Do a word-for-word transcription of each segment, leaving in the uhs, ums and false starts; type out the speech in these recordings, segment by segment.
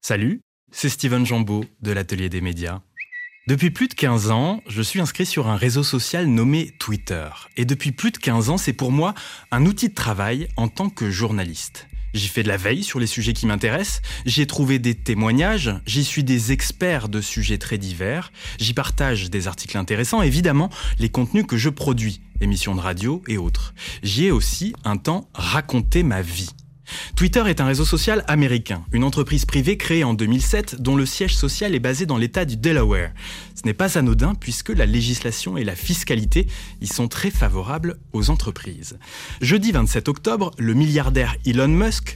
Salut, c'est Steven Jambeau de l'Atelier des médias. Depuis plus de quinze ans, je suis inscrit sur un réseau social nommé Twitter. Et depuis plus de quinze ans, c'est pour moi un outil de travail en tant que journaliste. J'y fais de la veille sur les sujets qui m'intéressent, j'y ai trouvé des témoignages, j'y suis des experts de sujets très divers, j'y partage des articles intéressants, évidemment les contenus que je produis, émissions de radio et autres. J'y ai aussi un temps raconté ma vie. Twitter est un réseau social américain, une entreprise privée créée en deux mille sept dont le siège social est basé dans l'État du Delaware. Ce n'est pas anodin puisque la législation et la fiscalité y sont très favorables aux entreprises. Jeudi vingt-sept octobre, le milliardaire Elon Musk,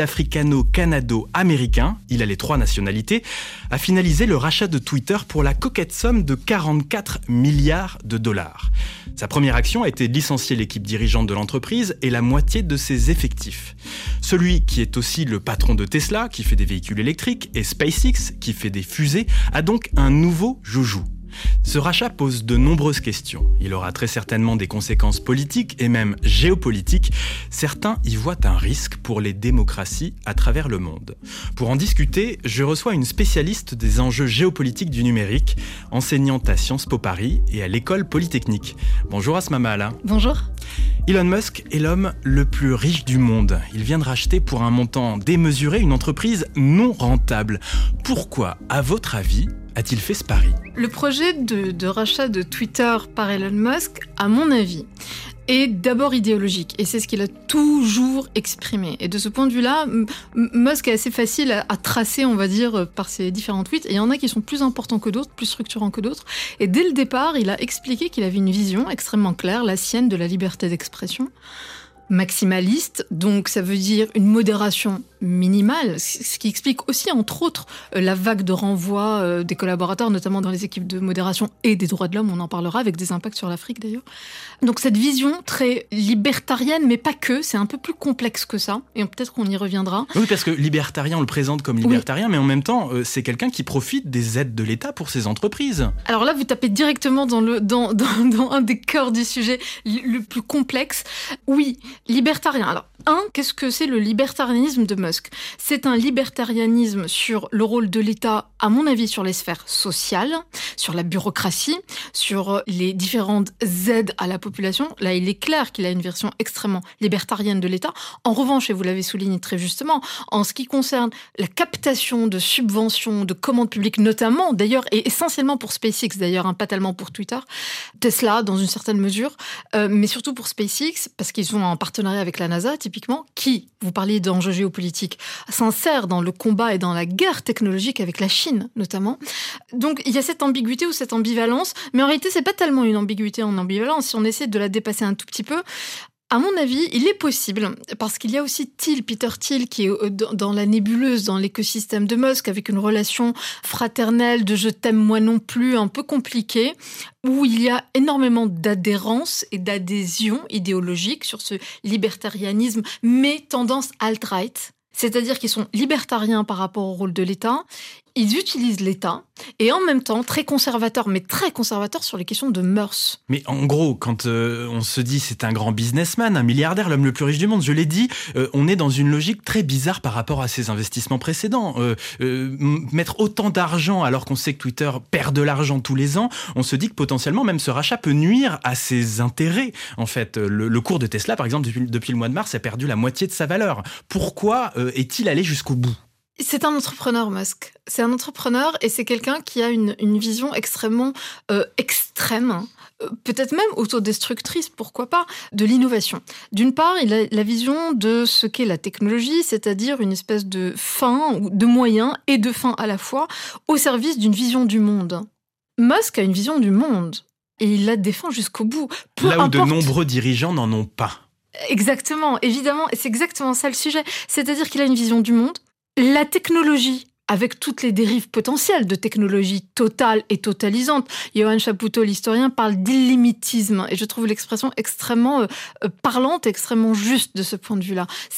sud-africano-canado-américain, il a les trois nationalités, a finalisé le rachat de Twitter pour la coquette somme de quarante-quatre milliards de dollars. Sa première action a été de licencier l'équipe dirigeante de l'entreprise et la moitié de ses effectifs. Celui qui est aussi le patron de Tesla, qui fait des véhicules électriques, et SpaceX, qui fait des fusées, a donc un nouveau joujou. Ce rachat pose de nombreuses questions. Il aura très certainement des conséquences politiques et même géopolitiques. Certains y voient un risque pour les démocraties à travers le monde. Pour en discuter, je reçois une spécialiste des enjeux géopolitiques du numérique, enseignante à Sciences Po Paris et à l'École Polytechnique. Bonjour Asma Mahala. Bonjour. Elon Musk est l'homme le plus riche du monde. Il vient de racheter pour un montant démesuré une entreprise non rentable. Pourquoi, à votre avis, a-t-il fait ce pari ? Le projet de, de rachat de Twitter par Elon Musk, à mon avis, est d'abord idéologique. Et c'est ce qu'il a toujours exprimé. Et de ce point de vue-là, M- Musk est assez facile à, à tracer, on va dire, par ses différents tweets. Et il y en a qui sont plus importants que d'autres, plus structurants que d'autres. Et dès le départ, il a expliqué qu'il avait une vision extrêmement claire, la sienne, de la liberté d'expression. Maximaliste, donc ça veut dire une modération minimale, ce qui explique aussi, entre autres, la vague de renvoi des collaborateurs, notamment dans les équipes de modération et des droits de l'homme, on en parlera, avec des impacts sur l'Afrique d'ailleurs. Donc cette vision très libertarienne, mais pas que, c'est un peu plus complexe que ça, et peut-être qu'on y reviendra. Oui, parce que libertarien, on le présente comme libertarien, oui. Mais en même temps, c'est quelqu'un qui profite des aides de l'État pour ses entreprises. Alors là, vous tapez directement dans, le, dans, dans, dans un des cœurs du sujet le plus complexe. Oui, libertarien. Alors, un, qu'est-ce que c'est le libertarianisme de Musk ? C'est un libertarianisme sur le rôle de l'État, à mon avis, sur les sphères sociales, sur la bureaucratie, sur les différentes aides à la population. Là, il est clair qu'il a une version extrêmement libertarienne de l'État. En revanche, et vous l'avez souligné très justement, en ce qui concerne la captation de subventions, de commandes publiques, notamment, d'ailleurs, et essentiellement pour SpaceX, d'ailleurs, hein, pas tellement pour Twitter, Tesla, dans une certaine mesure, euh, mais surtout pour SpaceX, parce qu'ils sont en partenariat avec la NASA, typiquement, qui, vous parliez d'enjeux géopolitiques, s'insère dans le combat et dans la guerre technologique avec la Chine, notamment. Donc, il y a cette ambiguïté ou cette ambivalence, mais en réalité, c'est pas tellement une ambiguïté en ambivalence. Si on essaie de la dépasser un tout petit peu, à mon avis, il est possible, parce qu'il y a aussi Thiel, Peter Thiel, qui est dans la nébuleuse, dans l'écosystème de Musk, avec une relation fraternelle de « je t'aime moi non plus » un peu compliquée, où il y a énormément d'adhérence et d'adhésion idéologique sur ce libertarianisme, mais tendance alt-right. C'est-à-dire qu'ils sont libertariens par rapport au rôle de l'État, ils utilisent l'État, et en même temps très conservateurs, mais très conservateurs sur les questions de mœurs. Mais en gros, quand euh, on se dit c'est un grand businessman, un milliardaire, l'homme le plus riche du monde, je l'ai dit, euh, on est dans une logique très bizarre par rapport à ses investissements précédents. Euh, euh, mettre autant d'argent alors qu'on sait que Twitter perd de l'argent tous les ans, on se dit que potentiellement même ce rachat peut nuire à ses intérêts. En fait, le, le cours de Tesla, par exemple, depuis, depuis le mois de mars, a perdu la moitié de sa valeur. Pourquoi euh, est-il allé jusqu'au bout ? C'est un entrepreneur, Musk. C'est un entrepreneur et c'est quelqu'un qui a une, une vision extrêmement euh, extrême, euh, peut-être même autodestructrice, pourquoi pas, de l'innovation. D'une part, il a la vision de ce qu'est la technologie, c'est-à-dire une espèce de fin, de moyens et de fin à la fois, au service d'une vision du monde. Musk a une vision du monde et il la défend jusqu'au bout. Peu Là où importe... de nombreux dirigeants n'en ont pas. Exactement, évidemment, et c'est exactement ça le sujet. C'est-à-dire qu'il a une vision du monde. La technologie, avec toutes les dérives potentielles de technologie totale et totalisante. Johan Chapoutot, l'historien, parle d'illimitisme, et je trouve l'expression extrêmement euh, parlante, extrêmement juste de ce point de vue-là. C'est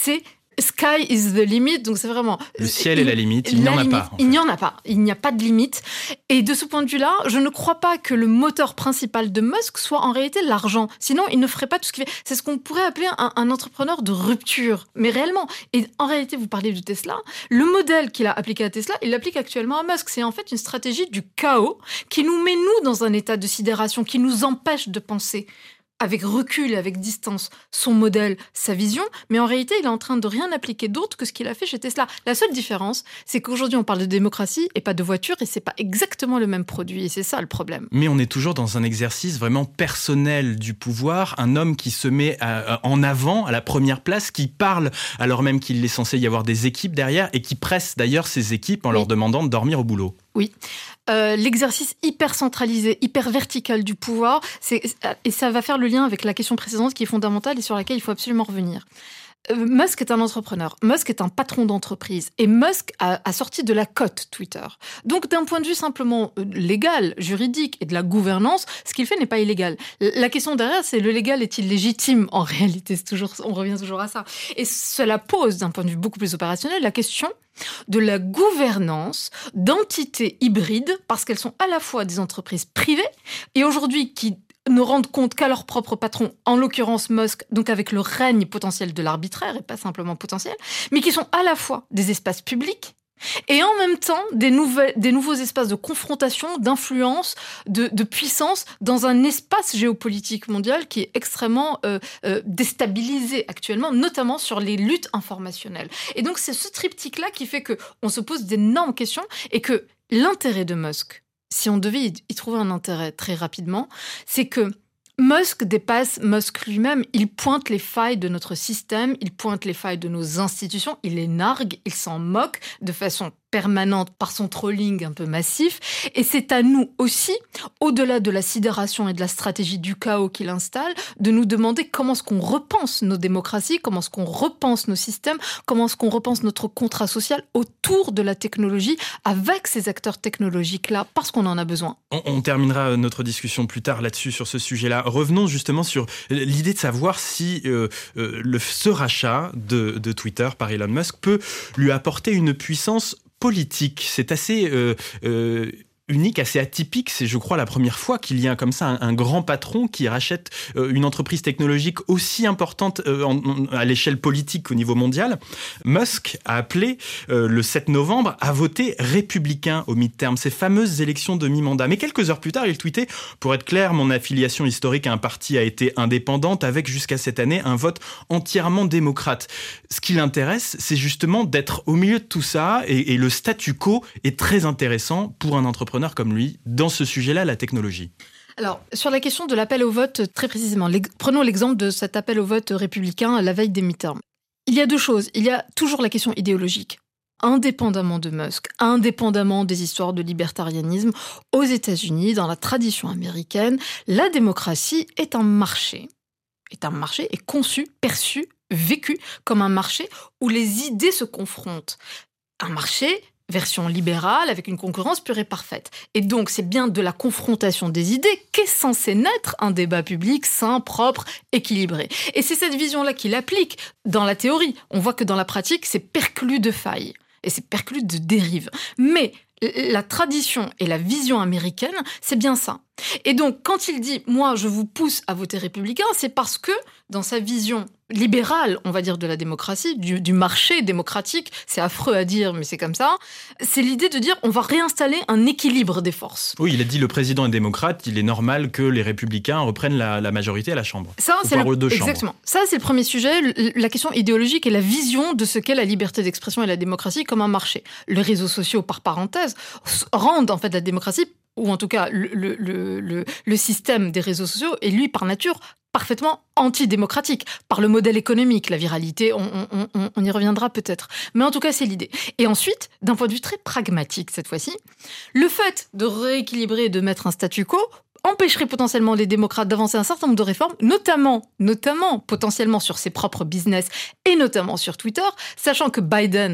Sky is the limit, donc c'est vraiment... Le ciel est la limite, il n'y en a pas. En fait. Il n'y en a pas, il n'y a pas de limite. Et de ce point de vue-là, je ne crois pas que le moteur principal de Musk soit en réalité l'argent. Sinon, il ne ferait pas tout ce qu'il fait. C'est ce qu'on pourrait appeler un, un entrepreneur de rupture, mais réellement. Et en réalité, vous parlez de Tesla, le modèle qu'il a appliqué à Tesla, il l'applique actuellement à Musk. C'est en fait une stratégie du chaos qui nous met, nous, dans un état de sidération, qui nous empêche de penser avec recul et avec distance, son modèle, sa vision, mais en réalité, il est en train de rien appliquer d'autre que ce qu'il a fait chez Tesla. La seule différence, c'est qu'aujourd'hui, on parle de démocratie et pas de voiture, et c'est pas exactement le même produit, et c'est ça le problème. Mais on est toujours dans un exercice vraiment personnel du pouvoir, un homme qui se met à, à, en avant, à la première place, qui parle alors même qu'il est censé y avoir des équipes derrière, et qui presse d'ailleurs ses équipes en oui. leur demandant de dormir au boulot. Oui. Euh, l'exercice hyper centralisé, hyper vertical du pouvoir, c'est, et ça va faire le lien avec la question précédente qui est fondamentale et sur laquelle il faut absolument revenir. Euh, Musk est un entrepreneur, Musk est un patron d'entreprise et Musk a, a sorti de la cote Twitter. Donc d'un point de vue simplement légal, juridique et de la gouvernance, ce qu'il fait n'est pas illégal. La question derrière, c'est le légal est-il légitime en réalité, c'est toujours, on revient toujours à ça. Et cela pose d'un point de vue beaucoup plus opérationnel la question de la gouvernance d'entités hybrides, parce qu'elles sont à la fois des entreprises privées et aujourd'hui qui ne rendent compte qu'à leur propre patron, en l'occurrence Musk, donc avec le règne potentiel de l'arbitraire et pas simplement potentiel, mais qui sont à la fois des espaces publics et en même temps des, nouvelles, des nouveaux espaces de confrontation, d'influence, de, de puissance dans un espace géopolitique mondial qui est extrêmement euh, euh, déstabilisé actuellement, notamment sur les luttes informationnelles. Et donc c'est ce triptyque-là qui fait qu'on se pose d'énormes questions et que l'intérêt de Musk, si on devait y trouver un intérêt très rapidement, c'est que Musk dépasse Musk lui-même, il pointe les failles de notre système, il pointe les failles de nos institutions, il les nargue, il s'en moque de façon permanente par son trolling un peu massif. Et c'est à nous aussi, au-delà de la sidération et de la stratégie du chaos qu'il installe, de nous demander comment est-ce qu'on repense nos démocraties, comment est-ce qu'on repense nos systèmes, comment est-ce qu'on repense notre contrat social autour de la technologie, avec ces acteurs technologiques-là, parce qu'on en a besoin. On, on terminera notre discussion plus tard là-dessus, sur ce sujet-là. Revenons justement sur l'idée de savoir si euh, euh, le, ce rachat de, de Twitter par Elon Musk peut lui apporter une puissance politique. C'est assez euh, euh, unique, assez atypique. C'est, je crois, la première fois qu'il y a comme ça un, un grand patron qui rachète euh, une entreprise technologique aussi importante euh, en, en, à l'échelle politique au niveau mondial. Musk a appelé euh, le sept novembre à voter républicain au midterm, ces fameuses élections de mi-mandat. Mais quelques heures plus tard, il tweetait « Pour être clair, mon affiliation historique à un parti a été indépendante avec jusqu'à cette année un vote entièrement démocrate. » Ce qui l'intéresse, c'est justement d'être au milieu de tout ça et, et le statu quo est très intéressant pour un entrepreneur comme lui, dans ce sujet-là, la technologie. Alors, sur la question de l'appel au vote, très précisément, prenons l'exemple de cet appel au vote républicain à la veille des midterms. Il y a deux choses. Il y a toujours la question idéologique. Indépendamment de Musk, indépendamment des histoires de libertarianisme, aux États-Unis, dans la tradition américaine, la démocratie est un marché. Est un marché, est conçu, perçu, vécu comme un marché où les idées se confrontent. Un marché version libérale, avec une concurrence pure et parfaite. Et donc, c'est bien de la confrontation des idées qu'est censé naître un débat public sain, propre, équilibré. Et c'est cette vision-là qu'il applique dans la théorie. On voit que dans la pratique, c'est perclus de failles. Et c'est perclus de dérives. Mais la tradition et la vision américaine, c'est bien ça. Et donc, quand il dit « moi, je vous pousse à voter républicain », c'est parce que, dans sa vision libérale, on va dire, de la démocratie, du, du marché démocratique, c'est affreux à dire, mais c'est comme ça, c'est l'idée de dire on va réinstaller un équilibre des forces. Oui, il a dit le président est démocrate, il est normal que les républicains reprennent la, la majorité à la Chambre. Ça, c'est le, exactement. Ça, c'est le premier sujet, la question idéologique et la vision de ce qu'est la liberté d'expression et la démocratie comme un marché. Les réseaux sociaux, par parenthèse, rendent en fait la démocratie, ou en tout cas le, le, le, le système des réseaux sociaux, est lui, par nature, parfaitement antidémocratique, par le modèle économique, la viralité, on, on, on, on y reviendra peut-être. Mais en tout cas, c'est l'idée. Et ensuite, d'un point de vue très pragmatique cette fois-ci, le fait de rééquilibrer et de mettre un statu quo empêcherait potentiellement les démocrates d'avancer un certain nombre de réformes, notamment, notamment potentiellement sur ses propres business et notamment sur Twitter, sachant que Biden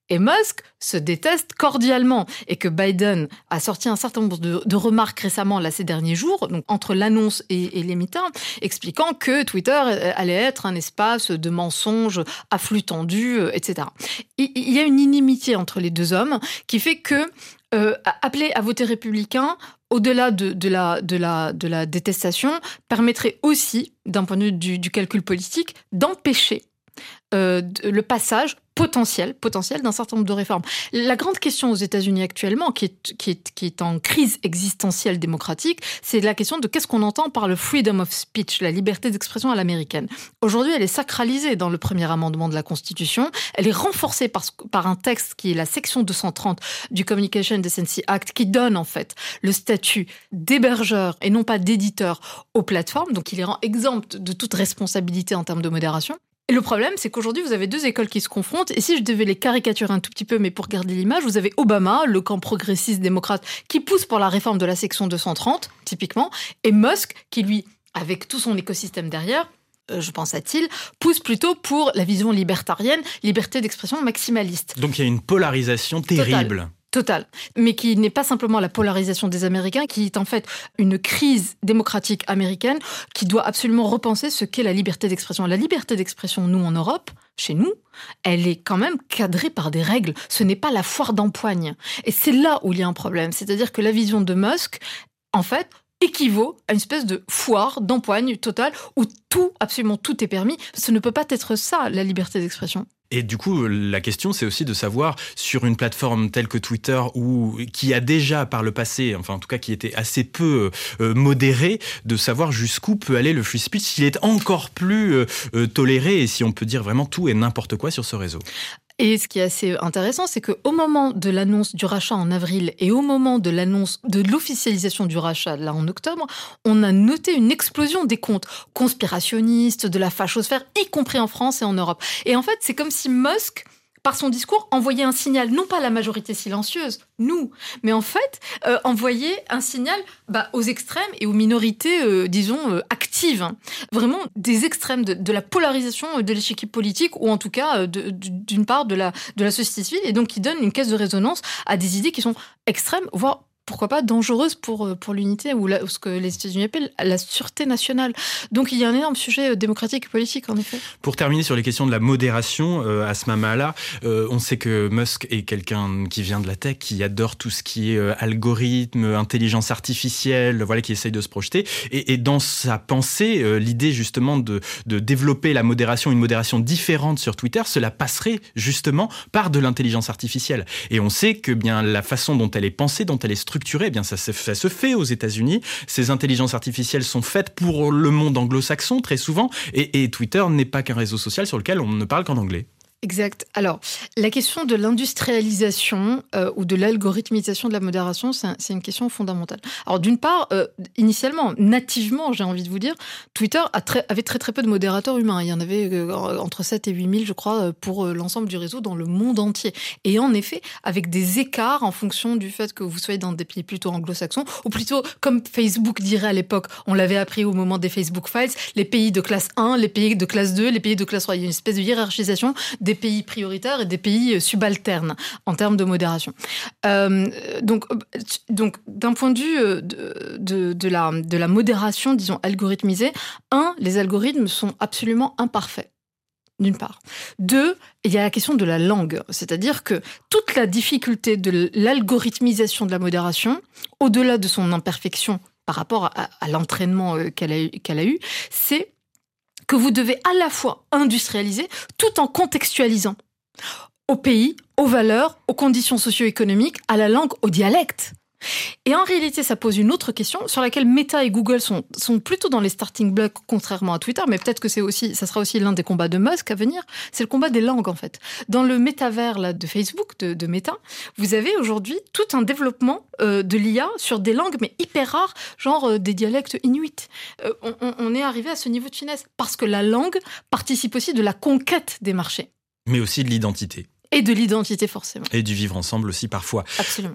et Musk se détestent cordialement et que Biden a sorti un certain nombre de, de remarques récemment, là, ces derniers jours, donc entre l'annonce et, et les mi-temps, expliquant que Twitter allait être un espace de mensonges à flux tendu, et cetera. Il, il y a une inimitié entre les deux hommes qui fait que euh, appeler à voter républicain, au-delà de, de, la, de, la, de la détestation, permettrait aussi, d'un point de vue du, du calcul politique, d'empêcher euh, le passage potentiel, potentiel d'un certain nombre de réformes. La grande question aux États-Unis actuellement, qui est, qui est, qui est en crise existentielle démocratique, c'est la question de qu'est-ce qu'on entend par le freedom of speech, la liberté d'expression à l'américaine. Aujourd'hui, elle est sacralisée dans le premier amendement de la Constitution. Elle est renforcée par, par un texte qui est la section deux cent trente du Communication Decency Act, qui donne en fait le statut d'hébergeur et non pas d'éditeur aux plateformes, donc il les rend exemptes de toute responsabilité en termes de modération. Et le problème, c'est qu'aujourd'hui, vous avez deux écoles qui se confrontent. Et si je devais les caricaturer un tout petit peu, mais pour garder l'image, vous avez Obama, le camp progressiste démocrate, qui pousse pour la réforme de la section deux cent trente, typiquement, et Musk, qui lui, avec tout son écosystème derrière, euh, je pense à Thiel, pousse plutôt pour la vision libertarienne, liberté d'expression maximaliste. Donc il y a une polarisation terrible. Total. Total, mais qui n'est pas simplement la polarisation des Américains, qui est en fait une crise démocratique américaine qui doit absolument repenser ce qu'est la liberté d'expression. La liberté d'expression, nous, en Europe, chez nous, elle est quand même cadrée par des règles. Ce n'est pas la foire d'empoigne. Et c'est là où il y a un problème. C'est-à-dire que la vision de Musk, en fait, équivaut à une espèce de foire d'empoigne totale où tout, absolument tout est permis. Ce ne peut pas être ça, la liberté d'expression. Et du coup, la question, c'est aussi de savoir, sur une plateforme telle que Twitter, où, qui a déjà par le passé, enfin en tout cas qui était assez peu euh, modéré, de savoir jusqu'où peut aller le free speech, s'il est encore plus euh, euh, toléré, et si on peut dire vraiment tout et n'importe quoi sur ce réseau. Et ce qui est assez intéressant, c'est qu'au moment de l'annonce du rachat en avril et au moment de l'annonce de l'officialisation du rachat, là en octobre, on a noté une explosion des comptes conspirationnistes, de la fachosphère, y compris en France et en Europe. Et en fait, c'est comme si Musk, par son discours, envoyait un signal, non pas à la majorité silencieuse, nous, mais en fait, euh, envoyait un signal bah, aux extrêmes et aux minorités, euh, disons, euh, actives. Hein. Vraiment des extrêmes de, de la polarisation de l'échiquier politique, ou en tout cas, euh, de, d'une part, de la, de la société civile, et donc qui donne une caisse de résonance à des idées qui sont extrêmes, voire pourquoi pas dangereuse pour, pour l'unité ou, la, ou ce que les États-Unis appellent la sûreté nationale. Donc il y a un énorme sujet démocratique et politique, en effet. Pour terminer sur les questions de la modération, euh, à ce moment-là, euh, on sait que Musk est quelqu'un qui vient de la tech, qui adore tout ce qui est euh, algorithme, intelligence artificielle, voilà, qui essaye de se projeter. Et, et dans sa pensée, euh, l'idée justement de, de développer la modération, une modération différente sur Twitter, cela passerait justement par de l'intelligence artificielle. Et on sait que bien la façon dont elle est pensée, dont elle est structurée, Eh bien, ça se, ça se fait aux États-Unis. Ces intelligences artificielles sont faites pour le monde anglo-saxon, très souvent. Et, et Twitter n'est pas qu'un réseau social sur lequel on ne parle qu'en anglais. Exact. Alors, la question de l'industrialisation euh, ou de l'algorithmisation de la modération, c'est, un, c'est une question fondamentale. Alors, d'une part, euh, initialement, nativement, j'ai envie de vous dire, Twitter a très, avait très très peu de modérateurs humains. Il y en avait euh, entre sept et huit mille, je crois, pour euh, l'ensemble du réseau dans le monde entier. Et en effet, avec des écarts en fonction du fait que vous soyez dans des pays plutôt anglo-saxons, ou plutôt, comme Facebook dirait à l'époque, on l'avait appris au moment des Facebook Files, les pays de classe un, les pays de classe deux, les pays de classe trois. Il y a une espèce de hiérarchisation des pays prioritaires et des pays subalternes en termes de modération. Euh, donc, donc, d'un point de vue de, de, de, la, de la modération, disons, algorithmisée, un, les algorithmes sont absolument imparfaits. D'une part. Deux, il y a la question de la langue. C'est-à-dire que toute la difficulté de l'algorithmisation de la modération, au-delà de son imperfection par rapport à, à l'entraînement qu'elle a, qu'elle a eu, c'est que vous devez à la fois industrialiser tout en contextualisant au pays, aux valeurs, aux conditions socio-économiques, à la langue, au dialecte. Et en réalité, ça pose une autre question sur laquelle Meta et Google sont, sont plutôt dans les starting blocks, contrairement à Twitter, mais peut-être que c'est aussi, ça sera aussi l'un des combats de Musk à venir, c'est le combat des langues en fait. Dans le métavers là, de Facebook, de, de Meta, vous avez aujourd'hui tout un développement euh, de l'I A sur des langues, mais hyper rares, genre euh, des dialectes inuits. Euh, on, on est arrivé à ce niveau de finesse, parce que la langue participe aussi de la conquête des marchés. Mais aussi de l'identité. Et de l'identité, forcément. Et du vivre ensemble aussi, parfois. Absolument.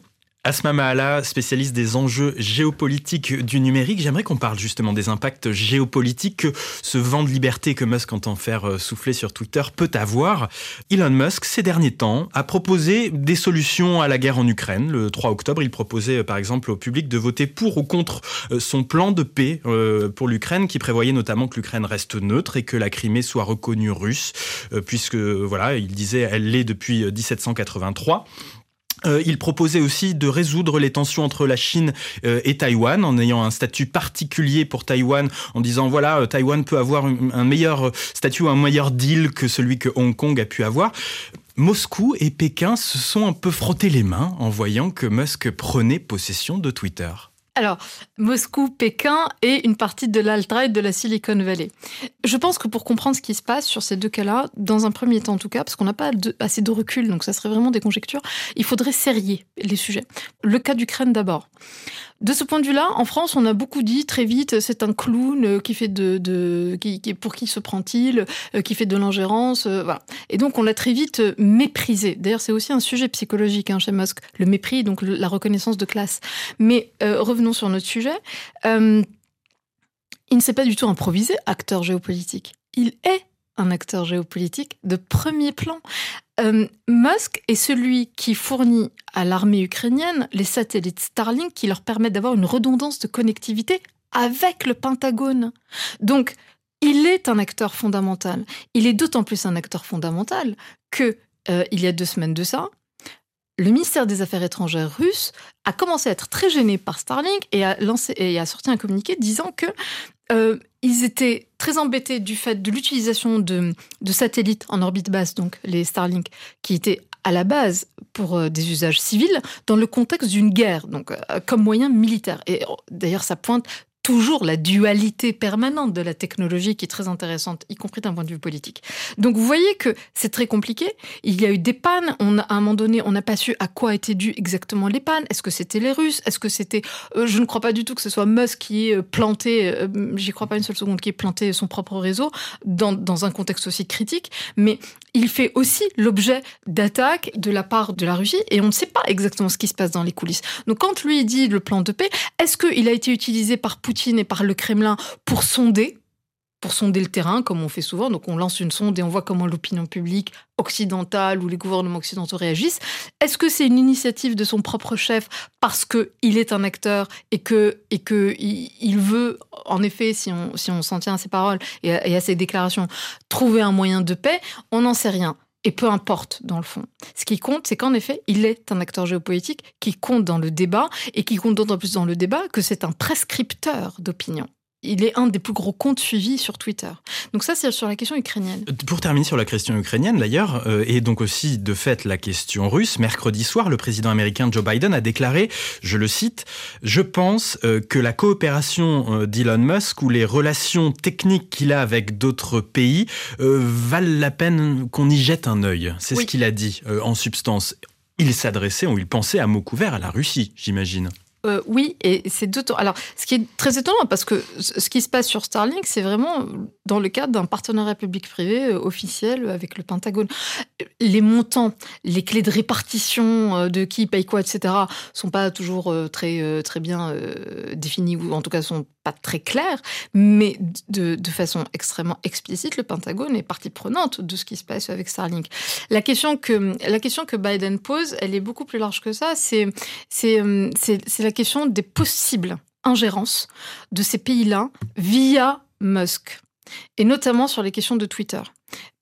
Asma Mahala, spécialiste des enjeux géopolitiques du numérique. J'aimerais qu'on parle justement des impacts géopolitiques que ce vent de liberté que Musk entend faire souffler sur Twitter peut avoir. Elon Musk, ces derniers temps, a proposé des solutions à la guerre en Ukraine. Le trois octobre, il proposait par exemple au public de voter pour ou contre son plan de paix pour l'Ukraine, qui prévoyait notamment que l'Ukraine reste neutre et que la Crimée soit reconnue russe, puisque, voilà, il disait, elle l'est depuis dix-sept cent quatre-vingt-trois. Euh, il proposait aussi de résoudre les tensions entre la Chine euh, et Taïwan en ayant un statut particulier pour Taïwan, en disant voilà, euh, Taïwan peut avoir un, un meilleur statut, un meilleur deal que celui que Hong Kong a pu avoir. Moscou et Pékin se sont un peu frottés les mains en voyant que Musk prenait possession de Twitter. Alors, Moscou, Pékin et une partie de l'alt-right de la Silicon Valley. Je pense que pour comprendre ce qui se passe sur ces deux cas-là, dans un premier temps en tout cas, parce qu'on n'a pas de, assez de recul, donc ça serait vraiment des conjectures, il faudrait serrer les sujets. Le cas d'Ukraine d'abord. De ce point de vue-là, en France, on a beaucoup dit très vite, c'est un clown qui fait de, de qui, qui, pour qui se prend-il, qui fait de l'ingérence, euh, voilà. Et donc on l'a très vite méprisé. D'ailleurs, c'est aussi un sujet psychologique hein, chez Musk, le mépris, donc le, la reconnaissance de classe. Mais euh, revenons sur notre sujet. Euh, il ne s'est pas du tout improvisé acteur géopolitique. Il est un acteur géopolitique de premier plan. Euh, Musk est celui qui fournit à l'armée ukrainienne les satellites Starlink qui leur permettent d'avoir une redondance de connectivité avec le Pentagone. Donc, il est un acteur fondamental. Il est d'autant plus un acteur fondamental que, euh, il y a deux semaines de ça, le ministère des Affaires étrangères russe a commencé à être très gêné par Starlink et a, lancé, et a sorti un communiqué disant que euh, ils étaient très embêtés du fait de l'utilisation de, de satellites en orbite basse, donc les Starlink, qui étaient à la base pour euh, des usages civils, dans le contexte d'une guerre, donc euh, comme moyen militaire. Et d'ailleurs, ça pointe toujours la dualité permanente de la technologie qui est très intéressante, y compris d'un point de vue politique. Donc vous voyez que c'est très compliqué. Il y a eu des pannes. On a, à un moment donné, on n'a pas su à quoi étaient dues exactement les pannes. Est-ce que c'était les Russes ? Est-ce que c'était... Euh, je ne crois pas du tout que ce soit Musk qui ait planté, euh, j'y crois pas une seule seconde, qui ait planté son propre réseau dans, dans un contexte aussi critique. Mais il fait aussi l'objet d'attaques de la part de la Russie et on ne sait pas exactement ce qui se passe dans les coulisses. Donc quand lui dit le plan de paix, est-ce qu'il a été utilisé par Poutine et par le Kremlin pour sonder, pour sonder le terrain, comme on fait souvent. Donc on lance une sonde et on voit comment l'opinion publique occidentale ou les gouvernements occidentaux réagissent. Est-ce que c'est une initiative de son propre chef parce qu'il est un acteur et que et que il veut, en effet, si on, si on s'en tient à ses paroles et à, et à ses déclarations, trouver un moyen de paix? On n'en sait rien. Et peu importe, dans le fond. Ce qui compte, c'est qu'en effet, il est un acteur géopolitique qui compte dans le débat et qui compte d'autant plus dans le débat que c'est un prescripteur d'opinion. Il est un des plus gros comptes suivis sur Twitter. Donc ça, c'est sur la question ukrainienne. Pour terminer sur la question ukrainienne, d'ailleurs, euh, et donc aussi, de fait, la question russe, mercredi soir, le président américain Joe Biden a déclaré, je le cite, « Je pense euh, que la coopération euh, d'Elon Musk ou les relations techniques qu'il a avec d'autres pays euh, valent la peine qu'on y jette un œil. » C'est oui. ce qu'il a dit, euh, en substance. Il s'adressait, ou il pensait à mots couverts à la Russie, j'imagine. Euh, oui, et c'est deux temps. Alors, ce qui est très étonnant, parce que ce qui se passe sur Starlink, c'est vraiment dans le cadre d'un partenariat public-privé euh, officiel avec le Pentagone. Les montants, les clés de répartition euh, de qui paye quoi, et cetera, sont pas toujours euh, très euh, très bien euh, définis, ou en tout cas sont pas très clairs, mais de, de façon extrêmement explicite, le Pentagone est partie prenante de ce qui se passe avec Starlink. La question que la question que Biden pose, elle est beaucoup plus large que ça. C'est c'est c'est, c'est la question des possibles ingérences de ces pays-là via Musk, et notamment sur les questions de Twitter. Pourquoi ?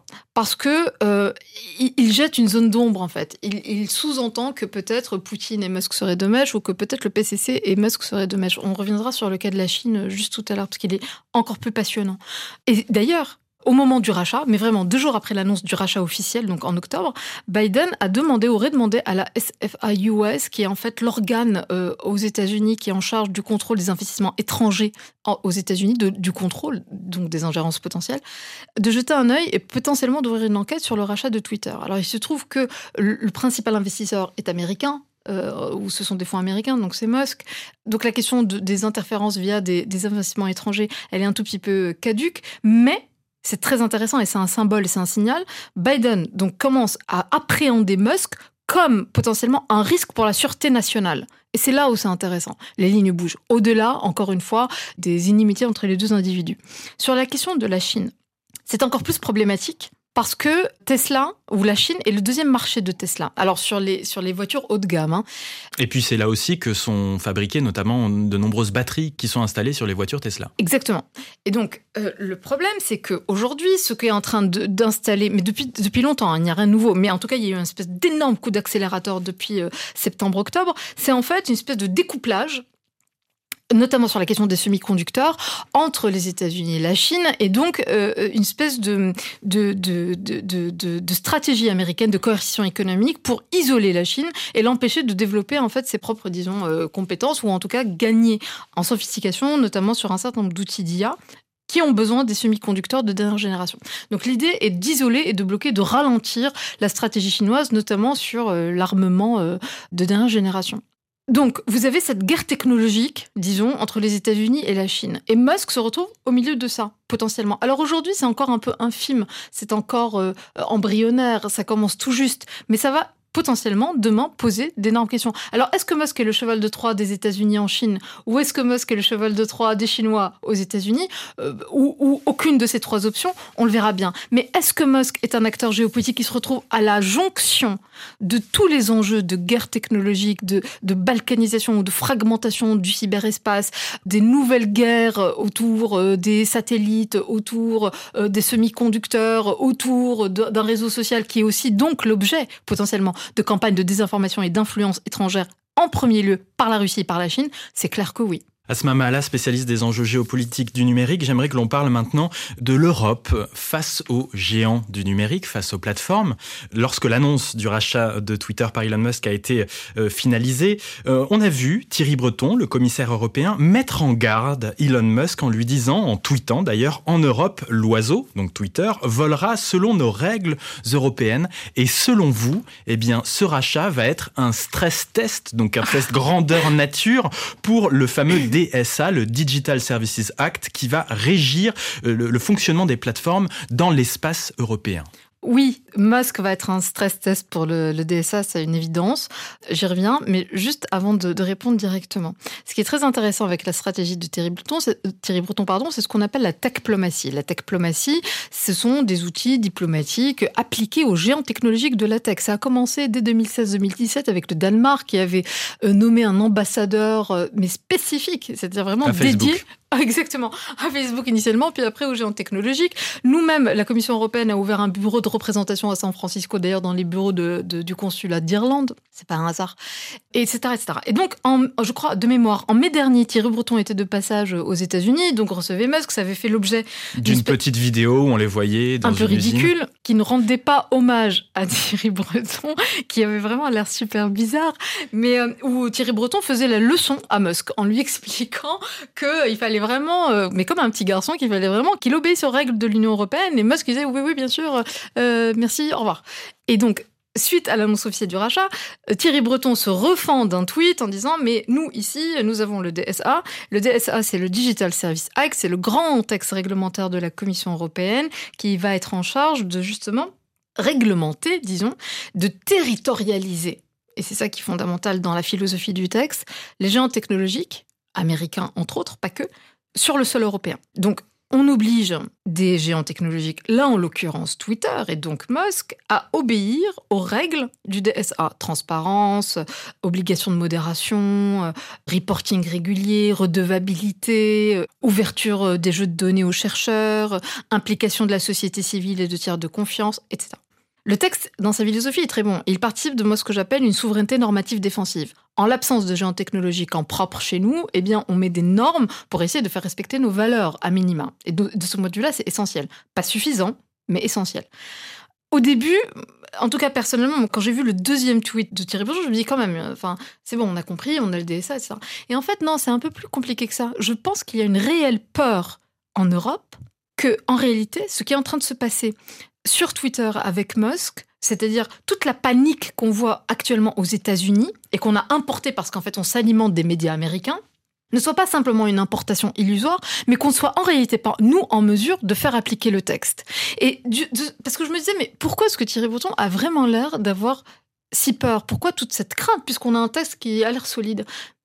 Parce que euh, il, il jette une zone d'ombre en fait. Il, il sous-entend que peut-être Poutine et Musk seraient de mèche, ou que peut-être le P C C et Musk seraient de mèche. On reviendra sur le cas de la Chine juste tout à l'heure parce qu'il est encore plus passionnant. Et d'ailleurs, au moment du rachat, mais vraiment deux jours après l'annonce du rachat officiel, donc en octobre, Biden a demandé, aurait demandé à la S F I U S, qui est en fait l'organe euh, aux États-Unis qui est en charge du contrôle des investissements étrangers en, aux États-Unis, de, du contrôle donc des ingérences potentielles, de jeter un œil et potentiellement d'ouvrir une enquête sur le rachat de Twitter. Alors il se trouve que le, le principal investisseur est américain. Euh, où ce sont des fonds américains, donc c'est Musk. Donc la question de, des interférences via des, des investissements étrangers, elle est un tout petit peu caduque, mais c'est très intéressant et c'est un symbole et c'est un signal. Biden donc commence à appréhender Musk comme potentiellement un risque pour la sûreté nationale. Et c'est là où c'est intéressant. Les lignes bougent. Au-delà, encore une fois, des inimitiés entre les deux individus. Sur la question de la Chine, c'est encore plus problématique parce que Tesla, ou la Chine, est le deuxième marché de Tesla. Alors sur les, sur les voitures haut de gamme. Hein. Et puis c'est là aussi que sont fabriquées notamment de nombreuses batteries qui sont installées sur les voitures Tesla. Exactement. Et donc euh, le problème, c'est qu'aujourd'hui, ce qu'est en train de, d'installer, mais depuis, depuis longtemps, hein, il n'y a rien de nouveau, mais en tout cas il y a eu une espèce d'énorme coup d'accélérateur depuis euh, septembre-octobre, c'est en fait une espèce de découplage, notamment sur la question des semi-conducteurs, entre les États-Unis et la Chine, et donc euh, une espèce de, de, de, de, de, de, de stratégie américaine de coercition économique pour isoler la Chine et l'empêcher de développer en fait ses propres, disons, euh, compétences, ou en tout cas gagner en sophistication, notamment sur un certain nombre d'outils d'I A qui ont besoin des semi-conducteurs de dernière génération. Donc l'idée est d'isoler et de bloquer, de ralentir la stratégie chinoise, notamment sur euh, l'armement euh, de dernière génération. Donc, vous avez cette guerre technologique, disons, entre les États-Unis et la Chine. Et Musk se retrouve au milieu de ça, potentiellement. Alors aujourd'hui, c'est encore un peu infime, c'est encore euh, embryonnaire, ça commence tout juste, mais ça va potentiellement, demain, poser d'énormes questions. Alors, est-ce que Musk est le cheval de Troie des États-Unis en Chine, ou est-ce que Musk est le cheval de Troie des Chinois aux États-Unis, euh, ou, ou aucune de ces trois options, on le verra bien. Mais est-ce que Musk est un acteur géopolitique qui se retrouve à la jonction de tous les enjeux de guerre technologique, de, de balkanisation ou de fragmentation du cyberespace, des nouvelles guerres autour euh, des satellites, autour euh, des semi-conducteurs, autour de, d'un réseau social qui est aussi donc l'objet, potentiellement, de campagnes de désinformation et d'influence étrangère, en premier lieu par la Russie et par la Chine? C'est clair que oui. Asma Maala, spécialiste des enjeux géopolitiques du numérique, j'aimerais que l'on parle maintenant de l'Europe face aux géants du numérique, face aux plateformes. Lorsque l'annonce du rachat de Twitter par Elon Musk a été euh, finalisée, euh, on a vu Thierry Breton, le commissaire européen, mettre en garde Elon Musk en lui disant, en tweetant d'ailleurs, en Europe, l'oiseau, donc Twitter, volera selon nos règles européennes. Et selon vous, eh bien, ce rachat va être un stress test, donc un test grandeur nature pour le fameux D S A, le Digital Services Act, qui va régir le, le fonctionnement des plateformes dans l'espace européen. Oui, Musk va être un stress test pour le, le D S A, c'est une évidence. J'y reviens, mais juste avant de, de répondre directement. Ce qui est très intéressant avec la stratégie de Thierry Breton, c'est, Thierry Breton, pardon, c'est ce qu'on appelle la techplomatie. La techplomatie, ce sont des outils diplomatiques appliqués aux géants technologiques de la tech. Ça a commencé dès deux mille seize deux mille dix-sept avec le Danemark qui avait nommé un ambassadeur, mais spécifique, c'est-à-dire vraiment à dédié. Facebook. Exactement, à Facebook initialement, puis après aux géants technologiques. Nous-mêmes, la Commission européenne a ouvert un bureau de représentation à San Francisco, d'ailleurs dans les bureaux de, de, du consulat d'Irlande, c'est pas un hasard, et cetera, et cetera. Et donc, en, je crois, de mémoire, en mai dernier, Thierry Breton était de passage aux États-Unis, donc recevait Musk, ça avait fait l'objet d'une, d'une petite vidéo où on les voyait dans un peu une ridicule, usine. Qui ne rendait pas hommage à Thierry Breton, qui avait vraiment l'air super bizarre, mais euh, où Thierry Breton faisait la leçon à Musk en lui expliquant qu'il fallait vraiment, euh, mais comme un petit garçon, qu'il fallait vraiment qu'il obéisse aux règles de l'Union européenne. Et Musk disait oui, oui, bien sûr, euh, merci, au revoir. Et donc, suite à l'annonce officielle du rachat, Thierry Breton se refend d'un tweet en disant « Mais nous, ici, nous avons le D S A. Le D S A, c'est le Digital Service Act, c'est le grand texte réglementaire de la Commission européenne qui va être en charge de, justement, réglementer, disons, de territorialiser. Et c'est ça qui est fondamental dans la philosophie du texte. Les géants technologiques, américains entre autres, pas que, sur le sol européen. Donc, on oblige des géants technologiques, là en l'occurrence Twitter et donc Musk, à obéir aux règles du D S A. Transparence, obligation de modération, euh, reporting régulier, redevabilité, euh, ouverture des jeux de données aux chercheurs, euh, implication de la société civile et de tiers de confiance, et cetera. Le texte, dans sa philosophie, est très bon. Il participe de moi ce que j'appelle une souveraineté normative défensive. En l'absence de géants technologiques en propre chez nous, eh bien, on met des normes pour essayer de faire respecter nos valeurs à minima. Et de, de ce point de vue-là, c'est essentiel. Pas suffisant, mais essentiel. Au début, en tout cas personnellement, quand j'ai vu le deuxième tweet de Thierry Breton, je me dis quand même, enfin, c'est bon, on a compris, on a le D S A, et cetera. Et en fait, non, c'est un peu plus compliqué que ça. Je pense qu'il y a une réelle peur en Europe que, en réalité, ce qui est en train de se passer sur Twitter avec Musk, c'est-à-dire toute la panique qu'on voit actuellement aux États-Unis et qu'on a importée parce qu'en fait on s'alimente des médias américains, ne soit pas simplement une importation illusoire, mais qu'on soit en réalité pas, nous, en mesure de faire appliquer le texte. Et du, de, parce que je me disais, mais pourquoi est-ce que Thierry Breton a vraiment l'air d'avoir si peur ? Pourquoi toute cette crainte, puisqu'on a un texte qui a l'air solide ?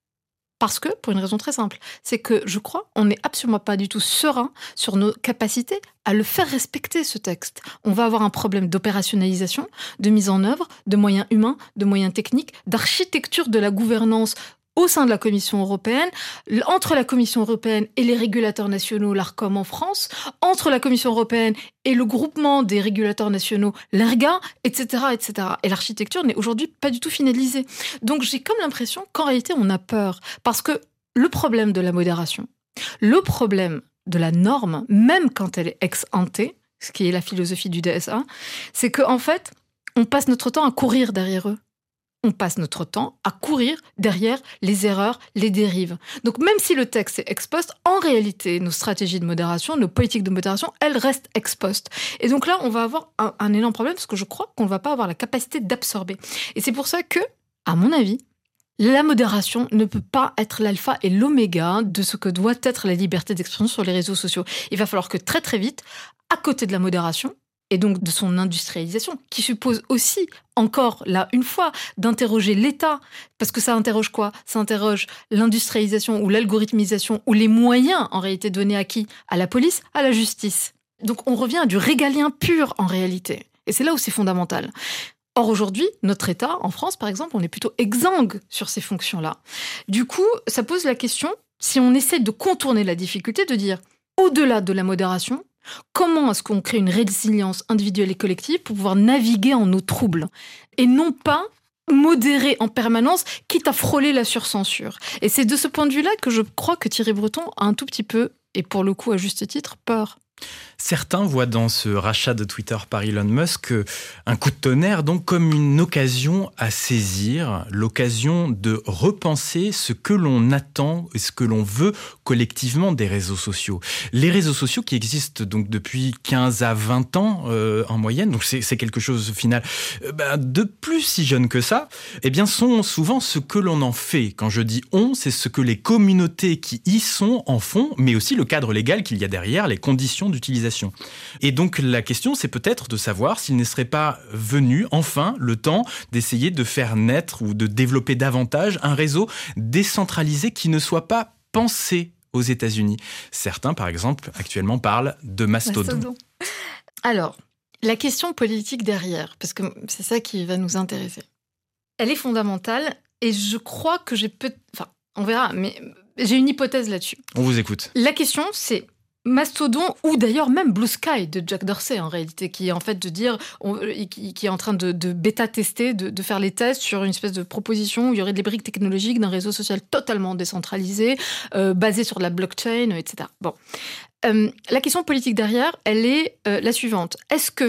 Parce que, pour une raison très simple, c'est que je crois on n'est absolument pas du tout serein sur nos capacités à le faire respecter, ce texte. On va avoir un problème d'opérationnalisation, de mise en œuvre, de moyens humains, de moyens techniques, d'architecture de la gouvernance au sein de la Commission européenne, entre la Commission européenne et les régulateurs nationaux, l'ARCOM en France, entre la Commission européenne et le groupement des régulateurs nationaux, l'ERGA, et cetera, et cetera. Et l'architecture n'est aujourd'hui pas du tout finalisée. Donc j'ai comme l'impression qu'en réalité on a peur. Parce que le problème de la modération, le problème de la norme, même quand elle est ex ante, ce qui est la philosophie du D S A, c'est qu'en fait, on passe notre temps à courir derrière eux. On passe notre temps à courir derrière les erreurs, les dérives. Donc même si le texte est ex post, en réalité, nos stratégies de modération, nos politiques de modération, elles restent ex post. Et donc là, on va avoir un, un énorme problème parce que je crois qu'on ne va pas avoir la capacité d'absorber. Et c'est pour ça que, à mon avis, la modération ne peut pas être l'alpha et l'oméga de ce que doit être la liberté d'expression sur les réseaux sociaux. Il va falloir que très très vite, à côté de la modération, et donc de son industrialisation, qui suppose aussi, encore là une fois, d'interroger l'État. Parce que ça interroge quoi ? Ça interroge l'industrialisation ou l'algorithmisation ou les moyens en réalité donnés à qui ? À la police, à la justice. Donc on revient à du régalien pur en réalité. Et c'est là où c'est fondamental. Or aujourd'hui, notre État, en France par exemple, on est plutôt exsangue sur ces fonctions-là. Du coup, ça pose la question, si on essaie de contourner la difficulté, de dire, au-delà de la modération, comment est-ce qu'on crée une résilience individuelle et collective pour pouvoir naviguer en eau trouble et non pas modérer en permanence, quitte à frôler la surcensure. Et c'est de ce point de vue-là que je crois que Thierry Breton a un tout petit peu, et pour le coup à juste titre, peur. Certains voient dans ce rachat de Twitter par Elon Musk un coup de tonnerre, donc comme une occasion à saisir, l'occasion de repenser ce que l'on attend et ce que l'on veut collectivement des réseaux sociaux. Les réseaux sociaux qui existent donc depuis quinze à vingt ans euh, en moyenne, donc c'est, c'est quelque chose au final euh, ben, de plus si jeune que ça, eh bien sont souvent ce que l'on en fait. Quand je dis on, c'est ce que les communautés qui y sont en font, mais aussi le cadre légal qu'il y a derrière, les conditions d'utilisation. Et donc la question, c'est peut-être de savoir s'il ne serait pas venu enfin le temps d'essayer de faire naître ou de développer davantage un réseau décentralisé qui ne soit pas pensé aux États-Unis. Certains, par exemple, actuellement parlent de Mastodon. Mastodon. Alors, la question politique derrière, parce que c'est ça qui va nous intéresser, elle est fondamentale et je crois que j'ai peut... Enfin, on verra, mais j'ai une hypothèse là-dessus. On vous écoute. La question, c'est Mastodon, ou d'ailleurs même Blue Sky de Jack Dorsey en réalité, qui est en fait de dire, on, qui, qui est en train de, de bêta-tester, de, de faire les tests sur une espèce de proposition où il y aurait des briques technologiques d'un réseau social totalement décentralisé, euh, basé sur de la blockchain, et cetera. Bon, euh, la question politique derrière, elle est euh, la suivante. Est-ce que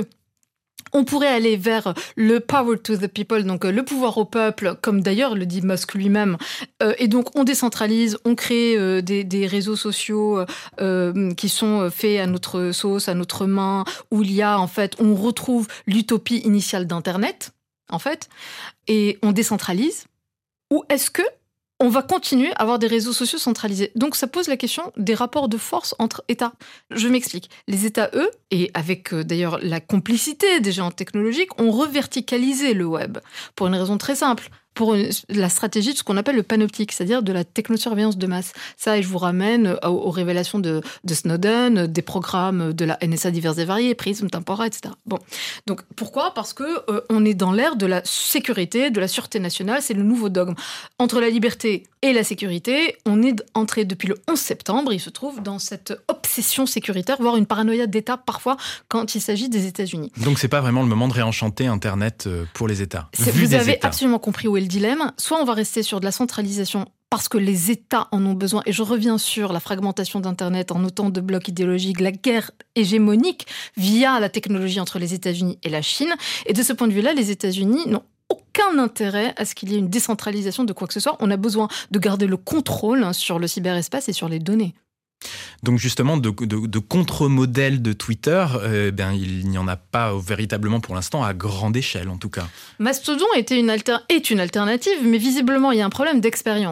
on pourrait aller vers le power to the people, donc le pouvoir au peuple, comme d'ailleurs le dit Musk lui-même. Euh, et donc, on décentralise, on crée euh, des, des réseaux sociaux euh, qui sont faits à notre sauce, à notre main, où il y a, en fait, on retrouve l'utopie initiale d'Internet, en fait, et on décentralise. Ou est-ce que on va continuer à avoir des réseaux sociaux centralisés. Donc ça pose la question des rapports de force entre États. Je m'explique. Les États, eux, et avec euh, d'ailleurs la complicité des géants technologiques, ont reverticalisé le web. Pour une raison très simple. Pour une, la stratégie de ce qu'on appelle le panoptique, c'est-à-dire de la technosurveillance de masse. Ça, et je vous ramène aux, aux révélations de, de Snowden, des programmes de la N S A divers et variés, Prism, Tempora, et cetera. Bon, donc pourquoi ? Parce que euh, on est dans l'ère de la sécurité, de la sûreté nationale, c'est le nouveau dogme. Entre la liberté et la sécurité, on est entré depuis le onze septembre, il se trouve dans cette obsession sécuritaire, voire une paranoïa d'État parfois quand il s'agit des États-Unis. Donc c'est pas vraiment le moment de réenchanter Internet pour les États. C'est, vu vous des avez États. Absolument compris où est le dilemme. Soit on va rester sur de la centralisation parce que les États en ont besoin, et je reviens sur la fragmentation d'Internet en autant de blocs idéologiques, la guerre hégémonique via la technologie entre les États-Unis et la Chine. Et de ce point de vue-là, les États-Unis n'ont aucun intérêt à ce qu'il y ait une décentralisation de quoi que ce soit. On a besoin de garder le contrôle sur le cyberespace et sur les données. Donc justement, de, de, de contre-modèle de Twitter, euh, ben, il n'y en a pas véritablement pour l'instant à grande échelle en tout cas. Mastodon était une alter... est une alternative, mais visiblement il y a un problème d'expérience.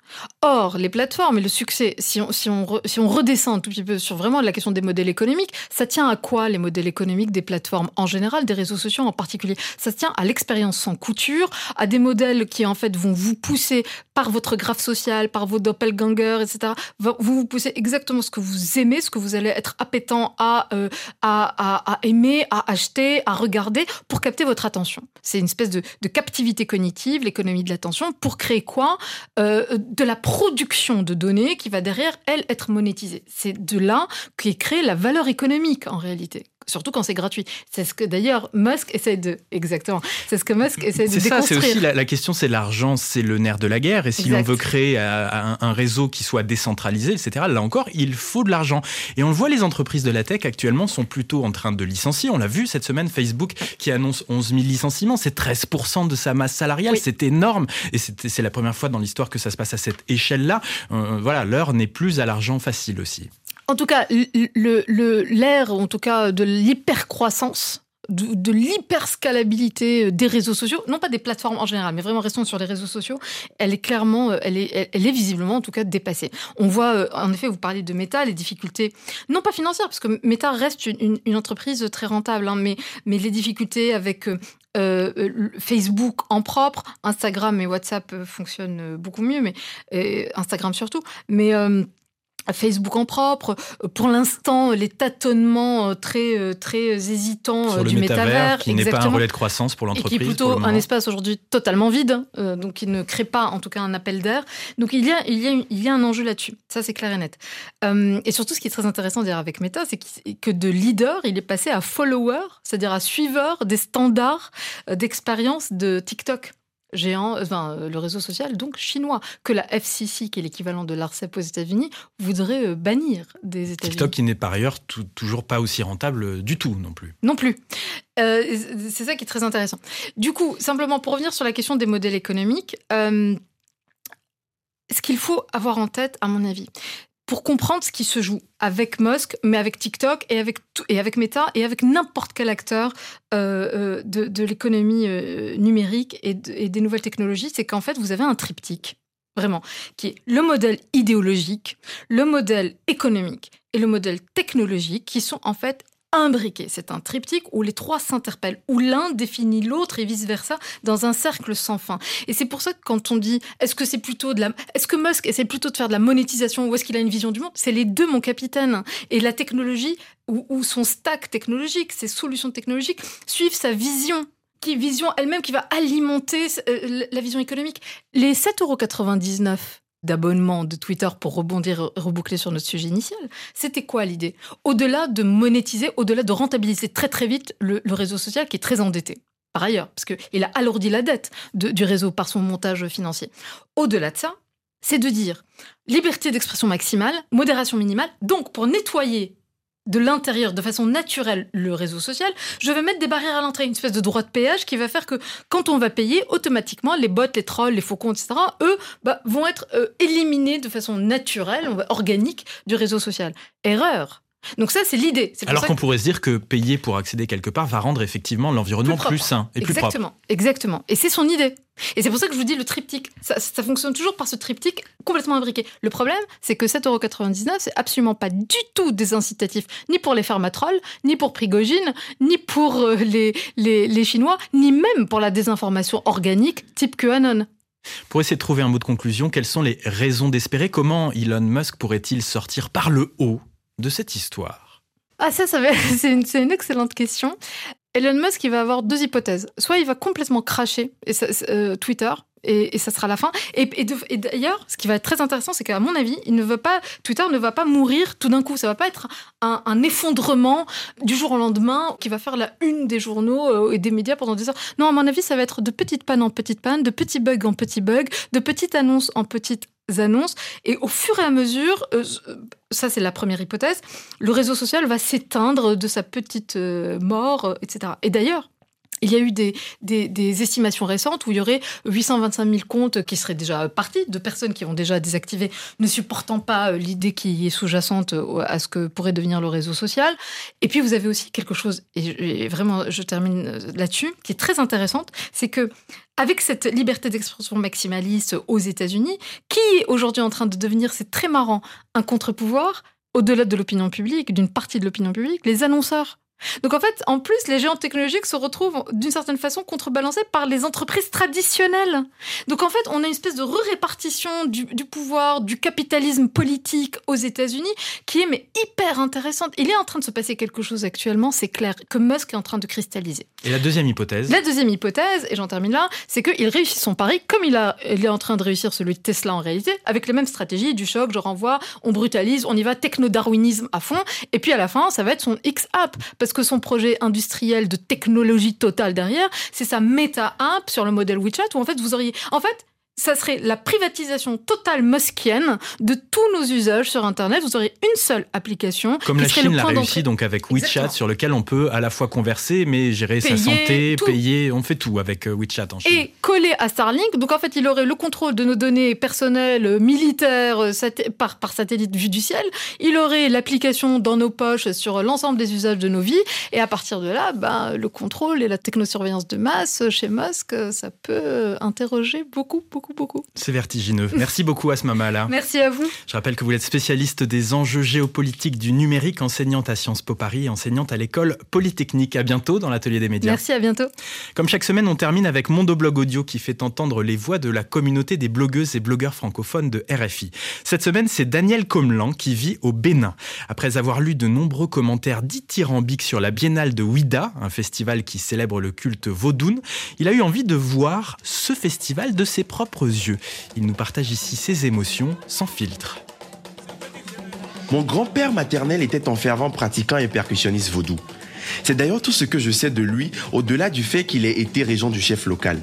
Or, les plateformes et le succès, si on, si, on re, si on redescend un tout petit peu sur vraiment la question des modèles économiques, ça tient à quoi les modèles économiques des plateformes en général, des réseaux sociaux en particulier? Ça tient à l'expérience sans couture, à des modèles qui en fait vont vous pousser par votre graphe social, par vos doppelgangers, et cetera. Vous vous poussez exactement ce que vous aimez, ce que vous allez être appétent à, euh, à, à, à aimer, à acheter, à regarder pour capter votre attention. C'est une espèce de, de captivité cognitive, l'économie de l'attention, pour créer quoi? euh, De la production de données qui va derrière, elle, être monétisée. C'est de là qu'est créée la valeur économique en réalité. Surtout quand c'est gratuit. C'est ce que d'ailleurs Musk essaie de... Exactement. C'est ce que Musk essaie de c'est déconstruire. C'est ça, c'est aussi la, la question, c'est l'argent, c'est le nerf de la guerre. Et si exact. l'on veut créer un, un réseau qui soit décentralisé, et cetera, là encore, il faut de l'argent. Et on le voit, les entreprises de la tech actuellement sont plutôt en train de licencier. On l'a vu cette semaine, Facebook qui annonce onze mille licenciements. C'est treize pour cent de sa masse salariale. Oui. C'est énorme. Et c'est, c'est la première fois dans l'histoire que ça se passe à cette échelle-là. Euh, voilà, l'heure n'est plus à l'argent facile aussi. En tout cas, le, le, l'ère, en tout cas, de l'hypercroissance, de, de l'hyperscalabilité des réseaux sociaux, non pas des plateformes en général, mais vraiment restons sur les réseaux sociaux, elle est clairement, elle est, elle est visiblement en tout cas dépassée. On voit, en effet, vous parlez de Meta, les difficultés, non pas financières, parce que Meta reste une, une, une entreprise très rentable, hein, mais, mais les difficultés avec... Euh, Facebook en propre, Instagram et WhatsApp fonctionnent beaucoup mieux, mais euh, Instagram surtout, mais... Euh, Facebook en propre, pour l'instant les tâtonnements très très hésitants sur du le métavers, métavers, qui exactement. n'est pas un relais de croissance pour l'entreprise, et qui est plutôt un espace aujourd'hui totalement vide, euh, donc qui ne crée pas en tout cas un appel d'air. Donc il y a il y a il y a un enjeu là-dessus, ça c'est clair et net. Euh, et surtout ce qui est très intéressant d'ailleurs avec Meta, c'est que de leader il est passé à follower, c'est-à-dire à suiveur des standards d'expérience de TikTok. Géant, enfin, le réseau social, donc chinois, que la F C C, qui est l'équivalent de l'Arcep aux États-Unis, voudrait bannir des États-Unis. TikTok qui n'est par ailleurs tout, toujours pas aussi rentable du tout non plus. Non plus. Euh, c'est ça qui est très intéressant. Du coup, simplement pour revenir sur la question des modèles économiques, euh, ce qu'il faut avoir en tête, à mon avis, pour comprendre ce qui se joue avec Musk, mais avec TikTok et avec, tout, et avec Meta et avec n'importe quel acteur euh, de, de l'économie euh, numérique et, de, et des nouvelles technologies, c'est qu'en fait, vous avez un triptyque, vraiment, qui est le modèle idéologique, le modèle économique et le modèle technologique, qui sont en fait imbriqués. C'est un triptyque où les trois s'interpellent, où l'un définit l'autre et vice-versa dans un cercle sans fin. Et c'est pour ça que quand on dit est-ce que c'est plutôt de la... Est-ce que Musk essaie plutôt de faire de la monétisation ou est-ce qu'il a une vision du monde? C'est les deux, mon capitaine. Et la technologie, ou, ou son stack technologique, ses solutions technologiques, suivent sa vision. Qui vision elle-même qui va alimenter euh, la vision économique. Les sept euros quatre-vingt-dix-neuf d'abonnement de Twitter, pour rebondir, reboucler sur notre sujet initial, c'était quoi l'idée? Au-delà de monétiser, au-delà de rentabiliser très très vite le, le réseau social qui est très endetté, par ailleurs, parce qu'il a alourdi la dette de, du réseau par son montage financier. Au-delà de ça, c'est de dire liberté d'expression maximale, modération minimale, donc pour nettoyer de l'intérieur, de façon naturelle, le réseau social, je vais mettre des barrières à l'entrée, une espèce de droit de péage qui va faire que quand on va payer, automatiquement, les bots, les trolls, les faucons, et cetera, eux, bah, vont être euh, éliminés de façon naturelle, organique, du réseau social. Erreur. Donc ça, c'est l'idée. C'est Alors qu'on que... pourrait se dire que payer pour accéder quelque part va rendre effectivement l'environnement plus, plus sain et exactement, plus propre. Exactement. Et c'est son idée. Et c'est pour ça que je vous dis le triptyque. Ça, ça fonctionne toujours par ce triptyque complètement imbriqué. Le problème, c'est que sept euros quatre-vingt-dix-neuf, c'est absolument pas du tout des incitatifs, ni pour les fermatrolls, ni pour Prigogine, ni pour euh, les, les, les Chinois, ni même pour la désinformation organique type QAnon. Pour essayer de trouver un mot de conclusion, quelles sont les raisons d'espérer? Comment Elon Musk pourrait-il sortir par le haut de cette histoire? Ah ça, ça va... c'est, une, c'est une excellente question. Elon Musk, il va avoir deux hypothèses. Soit il va complètement cracher et ça, euh, Twitter, et, et ça sera la fin. Et, et, de, et d'ailleurs, ce qui va être très intéressant, c'est qu'à mon avis, il ne veut pas, Twitter ne va pas mourir tout d'un coup. Ça va pas être un, un effondrement du jour au lendemain qui va faire la une des journaux euh, et des médias pendant des heures. Non, à mon avis, ça va être de petites pannes en petites pannes, de petits bugs en petits bugs, de petites annonces en petites annonces, et au fur et à mesure, euh, ça c'est la première hypothèse, le réseau social va s'éteindre de sa petite euh, mort, euh, et cetera. Et d'ailleurs, Il y a eu des, des, des estimations récentes où il y aurait huit cent vingt-cinq mille comptes qui seraient déjà partis, de personnes qui ont déjà désactivé, ne supportant pas l'idée qui est sous-jacente à ce que pourrait devenir le réseau social. Et puis vous avez aussi quelque chose, et vraiment je termine là-dessus, qui est très intéressante, c'est que avec cette liberté d'expression maximaliste aux États-Unis, qui est aujourd'hui en train de devenir, c'est très marrant, un contre-pouvoir, au-delà de l'opinion publique, d'une partie de l'opinion publique, les annonceurs. Donc en fait, en plus, les géants technologiques se retrouvent d'une certaine façon contrebalancés par les entreprises traditionnelles. Donc en fait, on a une espèce de répartition du, du pouvoir, du capitalisme politique aux États-Unis qui est mais hyper intéressante. Il est en train de se passer quelque chose actuellement, c'est clair, que Musk est en train de cristalliser. Et la deuxième hypothèse ? La deuxième hypothèse, et j'en termine là, c'est qu'il réussit son pari, comme il, a, il est en train de réussir celui de Tesla en réalité, avec les mêmes stratégies, du choc, je renvoie, on brutalise, on y va, techno-darwinisme à fond, et puis à la fin, ça va être son X-App, parce que son projet industriel de technologie totale derrière, c'est sa méta-app sur le modèle WeChat, où en fait, vous auriez... En fait, ça serait la privatisation totale muskienne de tous nos usages sur Internet. Vous aurez une seule application. Comme qui la serait Chine le l'a point réussi donc avec WeChat, Exactement. Sur lequel on peut à la fois converser, mais gérer Payer, sa santé, tout. payer, on fait tout avec WeChat en Chine. Et collé à Starlink, donc en fait, il aurait le contrôle de nos données personnelles, militaires, sat- par, par satellite vu du ciel. Il aurait l'application dans nos poches sur l'ensemble des usages de nos vies. Et à partir de là, ben, le contrôle et la technosurveillance de masse chez Musk, ça peut interroger beaucoup, beaucoup, beaucoup. C'est vertigineux. Merci beaucoup Asma Maala. Merci à vous. Je rappelle que vous êtes spécialiste des enjeux géopolitiques du numérique, enseignante à Sciences Po Paris et enseignante à l'école Polytechnique. À bientôt dans l'Atelier des médias. Merci, à bientôt. Comme chaque semaine, on termine avec Mondoblog Audio qui fait entendre les voix de la communauté des blogueuses et blogueurs francophones de R F I. Cette semaine, c'est Daniel Comelan qui vit au Bénin. Après avoir lu de nombreux commentaires dithyrambiques sur la Biennale de Ouida, un festival qui célèbre le culte vaudoun, il a eu envie de voir ce festival de ses propres yeux. Il nous partage ici ses émotions sans filtre. Mon grand-père maternel était un fervent pratiquant et percussionniste vaudou. C'est d'ailleurs tout ce que je sais de lui, au-delà du fait qu'il ait été régent du chef local.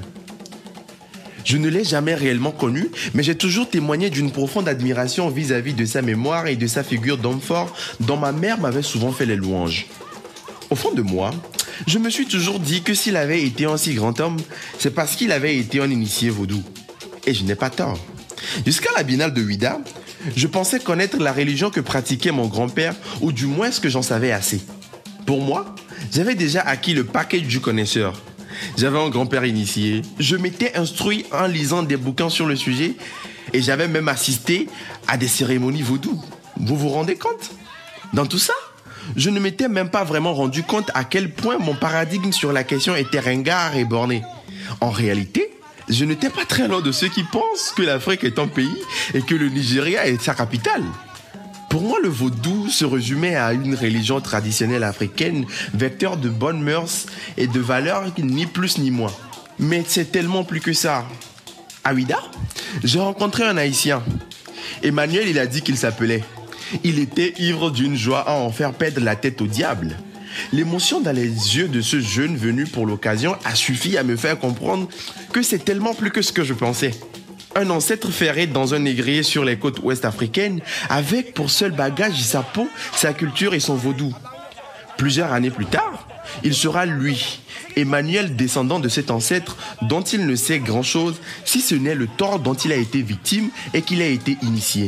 Je ne l'ai jamais réellement connu, mais j'ai toujours témoigné d'une profonde admiration vis-à-vis de sa mémoire et de sa figure d'homme fort dont ma mère m'avait souvent fait les louanges. Au fond de moi, je me suis toujours dit que s'il avait été un si grand homme, c'est parce qu'il avait été un initié vaudou. Et je n'ai pas tort. Jusqu'à la Biennale de Ouida, je pensais connaître la religion que pratiquait mon grand-père, ou du moins ce que j'en savais assez. Pour moi, j'avais déjà acquis le package du connaisseur. J'avais un grand-père initié, je m'étais instruit en lisant des bouquins sur le sujet, et j'avais même assisté à des cérémonies vaudou. Vous vous rendez compte ? Dans tout ça, je ne m'étais même pas vraiment rendu compte à quel point mon paradigme sur la question était ringard et borné. En réalité, je n'étais pas très loin de ceux qui pensent que l'Afrique est un pays et que le Nigeria est sa capitale. Pour moi, le vaudou se résumait à une religion traditionnelle africaine, vecteur de bonnes mœurs et de valeurs ni plus ni moins. Mais c'est tellement plus que ça. À Ouida, j'ai rencontré un Haïtien. Emmanuel, il a dit qu'il s'appelait. Il était ivre d'une joie à en faire perdre la tête au diable. L'émotion dans les yeux de ce jeune venu pour l'occasion a suffi à me faire comprendre que c'est tellement plus que ce que je pensais. Un ancêtre ferré dans un négrier sur les côtes ouest africaines, avec pour seul bagage sa peau, sa culture et son vaudou. Plusieurs années plus tard, il sera lui, Emmanuel, descendant de cet ancêtre dont il ne sait grand-chose, si ce n'est le tort dont il a été victime et qu'il a été initié.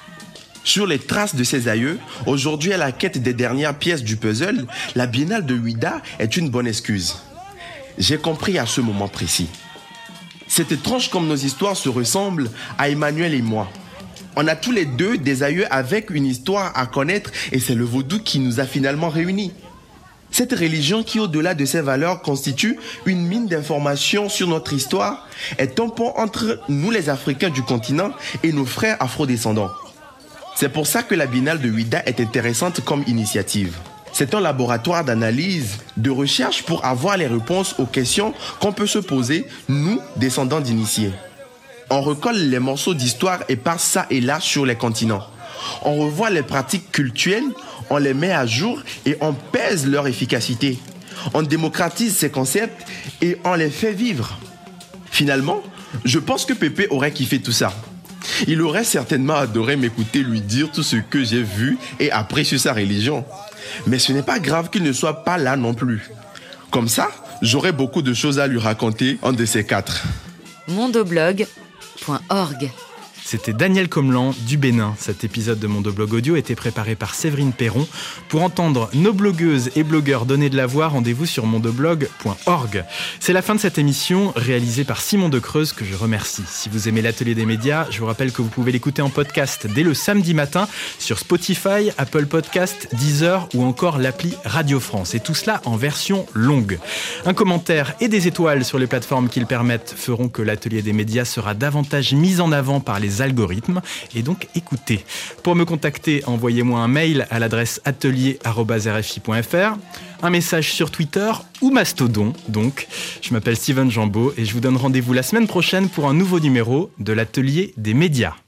Sur les traces de ses aïeux, aujourd'hui à la quête des dernières pièces du puzzle, la Biennale de Ouida est une bonne excuse. J'ai compris à ce moment précis. C'est étrange comme nos histoires se ressemblent à Emmanuel et moi. On a tous les deux des aïeux avec une histoire à connaître et c'est le vaudou qui nous a finalement réunis. Cette religion qui, au-delà de ses valeurs, constitue une mine d'informations sur notre histoire, est un pont entre nous les Africains du continent et nos frères afrodescendants. C'est pour ça que la Biennale de Ouida est intéressante comme initiative. C'est un laboratoire d'analyse, de recherche pour avoir les réponses aux questions qu'on peut se poser, nous, descendants d'initiés. On recolle les morceaux d'histoire épars ça et là sur les continents. On revoit les pratiques cultuelles, on les met à jour et on pèse leur efficacité. On démocratise ces concepts et on les fait vivre. Finalement, je pense que Pépé aurait kiffé tout ça. Il aurait certainement adoré m'écouter lui dire tout ce que j'ai vu et appris sur sa religion. Mais ce n'est pas grave qu'il ne soit pas là non plus. Comme ça, J'aurais beaucoup de choses à lui raconter, un de ces quatre. mondoblog point org. C'était Daniel Comelan du Bénin. Cet épisode de Mondoblog Audio était préparé par Séverine Perron. Pour entendre nos blogueuses et blogueurs donner de la voix, rendez-vous sur mondoblog point org. C'est la fin de cette émission réalisée par Simon De Creuse que je remercie. Si vous aimez l'Atelier des médias, je vous rappelle que vous pouvez l'écouter en podcast dès le samedi matin sur Spotify, Apple Podcast, Deezer ou encore l'appli Radio France. Et tout cela en version longue. Un commentaire et des étoiles sur les plateformes qui le permettent feront que l'Atelier des médias sera davantage mis en avant par les algorithmes et donc écoutez. Pour me contacter, envoyez-moi un mail à l'adresse atelier arobase r f i point f r, un message sur Twitter ou Mastodon donc. Je m'appelle Steven Jambeau et je vous donne rendez-vous la semaine prochaine pour un nouveau numéro de l'Atelier des médias.